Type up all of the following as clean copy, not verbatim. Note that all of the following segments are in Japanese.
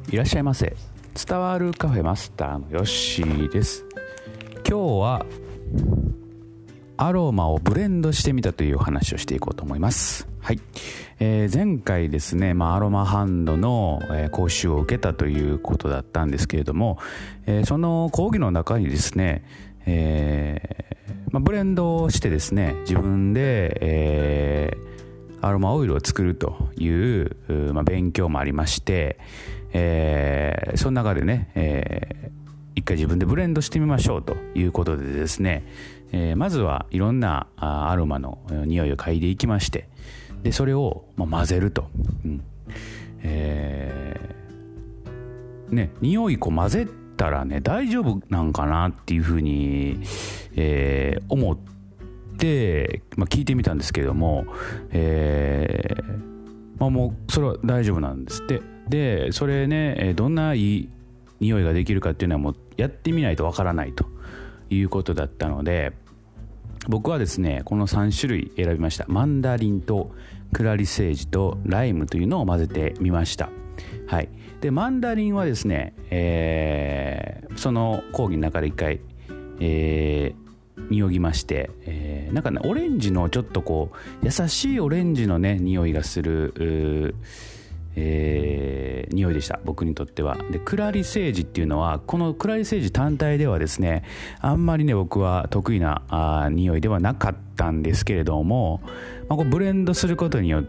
いらっしゃいませ。伝わるカフェマスターのヨッシーです。今日はアロマをブレンドしてみたという話をしていこうと思います。はい、前回ですね、アロマハンドの、講習を受けたということだったんですけれども、その講義の中にですね、ブレンドをしてですね、自分で、アロマオイルを作るという、勉強もありまして、その中でね、一回自分でブレンドしてみましょうということでですね、まずはいろんなアロマの匂いを嗅いでいきまして、でそれを混ぜると、匂い混ぜたらね大丈夫なんかなっていうふうに、思って聞いてみたんですけれども、もうそれは大丈夫なんですって。でそれね、どんないい匂いができるかっていうのはもうやってみないとわからないということだったので、僕はですねこの3種類選びました。マンダリンとクラリセージとライムというのを混ぜてみました。はい、でマンダリンはですね、その講義の中で一回、匂ぎまして、なんかねオレンジのちょっとこう優しいオレンジのね匂いがする匂いでした、僕にとっては。でクラリセージっていうのは、このクラリセージ単体ではですねあんまりね僕は得意な匂いではなかったんですけれども、こうブレンドすることによって、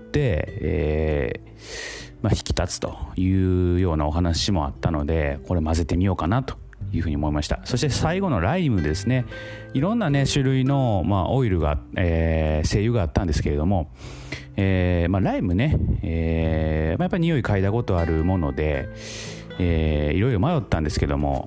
引き立つというようなお話もあったので、これ混ぜてみようかなというふうに思いました。そして最後のライムですね、いろんなね種類の、オイルが、精油があったんですけれども、ライムね、やっぱり匂い嗅いだことあるもので、いろいろ迷ったんですけども、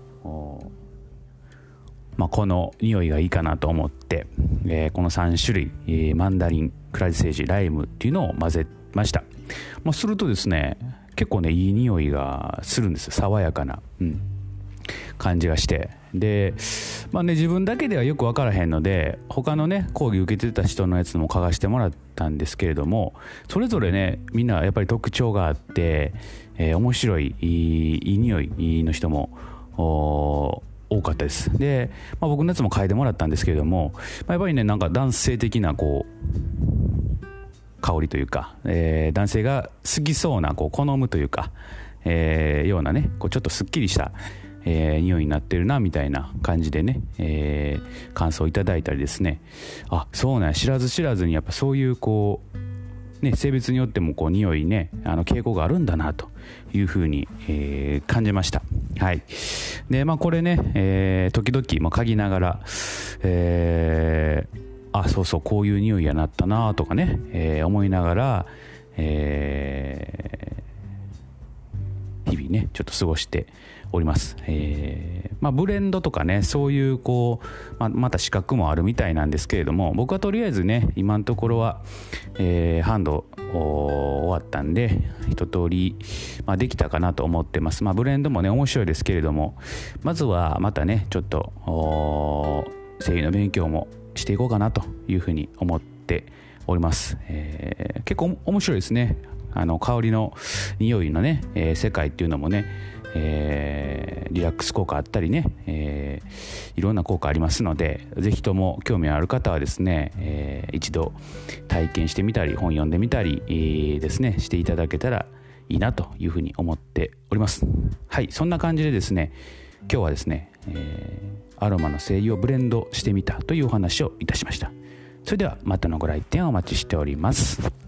この匂いがいいかなと思って、この3種類、マンダリン、クラリセージ、ライムっていうのを混ぜました。するとですね結構ねいい匂いがするんですよ。爽やかな、感じがして、で自分だけではよく分からへんので他のね講義受けてた人のやつも嗅がしてもらったんですけれども、それぞれねみんなやっぱり特徴があって、面白いいい匂いの人も多かったです。で、僕のやつも嗅いでもらったんですけれども、やっぱりねなんか男性的なこう香りというか、男性が好きそうなこう好むというか、ようなねこうちょっとすっきりした匂いになってるなみたいな感じでね、感想をいただいたりですね、そうなんや、知らず知らずにやっぱそういうこう、性別によってもこう匂いね傾向があるんだなというふうに、感じました。はい、でこれね、時々嗅ぎながら、そうそうこういう匂いやなったなとかね、思いながら、日々ねちょっと過ごしております。ブレンドとかねそういうこう、また資格もあるみたいなんですけれども、僕はとりあえずね今のところは、ハンド終わったんで一通り、できたかなと思ってます。ブレンドもね面白いですけれども、まずはまたねちょっと声優の勉強もしていこうかなというふうに思っております。結構面白いですね。香りの匂いのね、世界っていうのもね、リラックス効果あったりね、いろんな効果ありますので、ぜひとも興味ある方はですね、一度体験してみたり本読んでみたり、ですねしていただけたらいいなというふうに思っております。はい、そんな感じでですね今日はですね、アロマの精油をブレンドしてみたというお話をいたしました。それではまたのご来店をお待ちしております。